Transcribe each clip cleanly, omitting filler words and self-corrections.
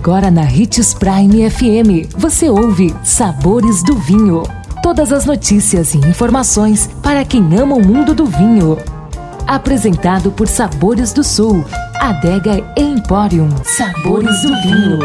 Agora na Hits Prime FM, você ouve Sabores do Vinho. Todas as notícias e informações para quem ama o mundo do vinho. Apresentado por Sabores do Sul, Adega Emporium. Sabores do Vinho.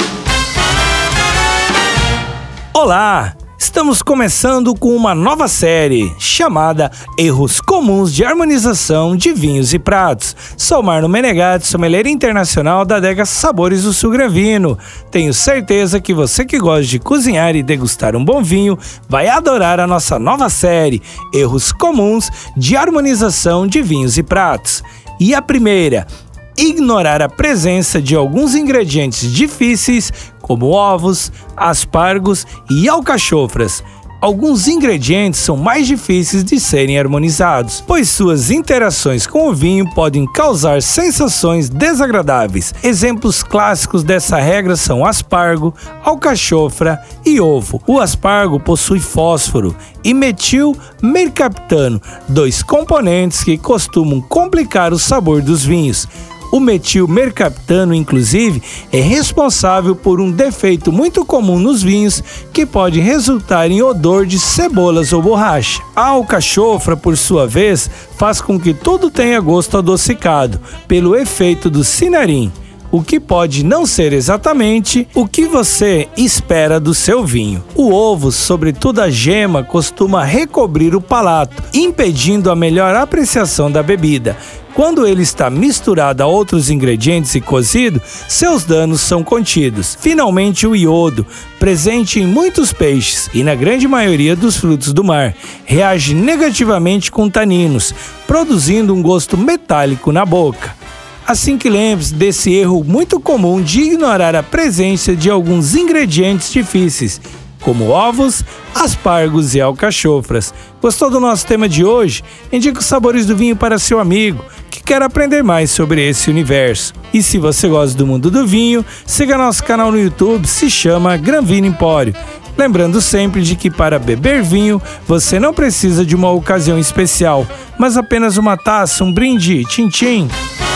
Olá! Estamos começando com uma nova série chamada Erros Comuns de Harmonização de Vinhos e Pratos. Sou Marno Menegatti, sommelier internacional da Adega Sabores do Sul Granvino. Tenho certeza que você que gosta de cozinhar e degustar um bom vinho vai adorar a nossa nova série Erros Comuns de Harmonização de Vinhos e Pratos. E a primeira: ignorar a presença de alguns ingredientes difíceis, como ovos, aspargos e alcachofras. Alguns ingredientes são mais difíceis de serem harmonizados, pois suas interações com o vinho podem causar sensações desagradáveis. Exemplos clássicos dessa regra são aspargo, alcachofra e ovo. O aspargo possui fósforo e metil-mercaptano, dois componentes que costumam complicar o sabor dos vinhos. O metil-mercaptano, inclusive, é responsável por um defeito muito comum nos vinhos que pode resultar em odor de cebolas ou borracha. A alcachofra, por sua vez, faz com que tudo tenha gosto adocicado, pelo efeito do cinarim, o que pode não ser exatamente o que você espera do seu vinho. O ovo, sobretudo a gema, costuma recobrir o palato, impedindo a melhor apreciação da bebida. Quando ele está misturado a outros ingredientes e cozido, seus danos são contidos. Finalmente, o iodo, presente em muitos peixes e na grande maioria dos frutos do mar, reage negativamente com taninos, produzindo um gosto metálico na boca. Assim que lembre-se desse erro muito comum de ignorar a presença de alguns ingredientes difíceis, como ovos, aspargos e alcachofras. Gostou do nosso tema de hoje? Indique os sabores do vinho para seu amigo que quer aprender mais sobre esse universo. E se você gosta do mundo do vinho, siga nosso canal no YouTube, se chama Granvino Empório. Lembrando sempre de que para beber vinho, você não precisa de uma ocasião especial, mas apenas uma taça, um brinde, tchim-tchim.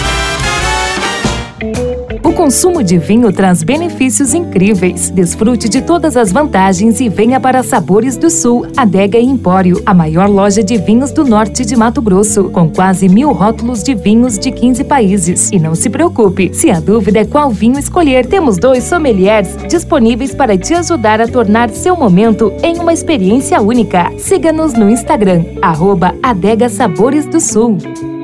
O consumo de vinho traz benefícios incríveis. Desfrute de todas as vantagens e venha para Sabores do Sul, Adega Empório, a maior loja de vinhos do norte de Mato Grosso, com quase 1000 rótulos de vinhos de 15 países. E não se preocupe, se a dúvida é qual vinho escolher, temos 2 sommeliers disponíveis para te ajudar a tornar seu momento em uma experiência única. Siga-nos no Instagram, @Adega Sabores do Sul.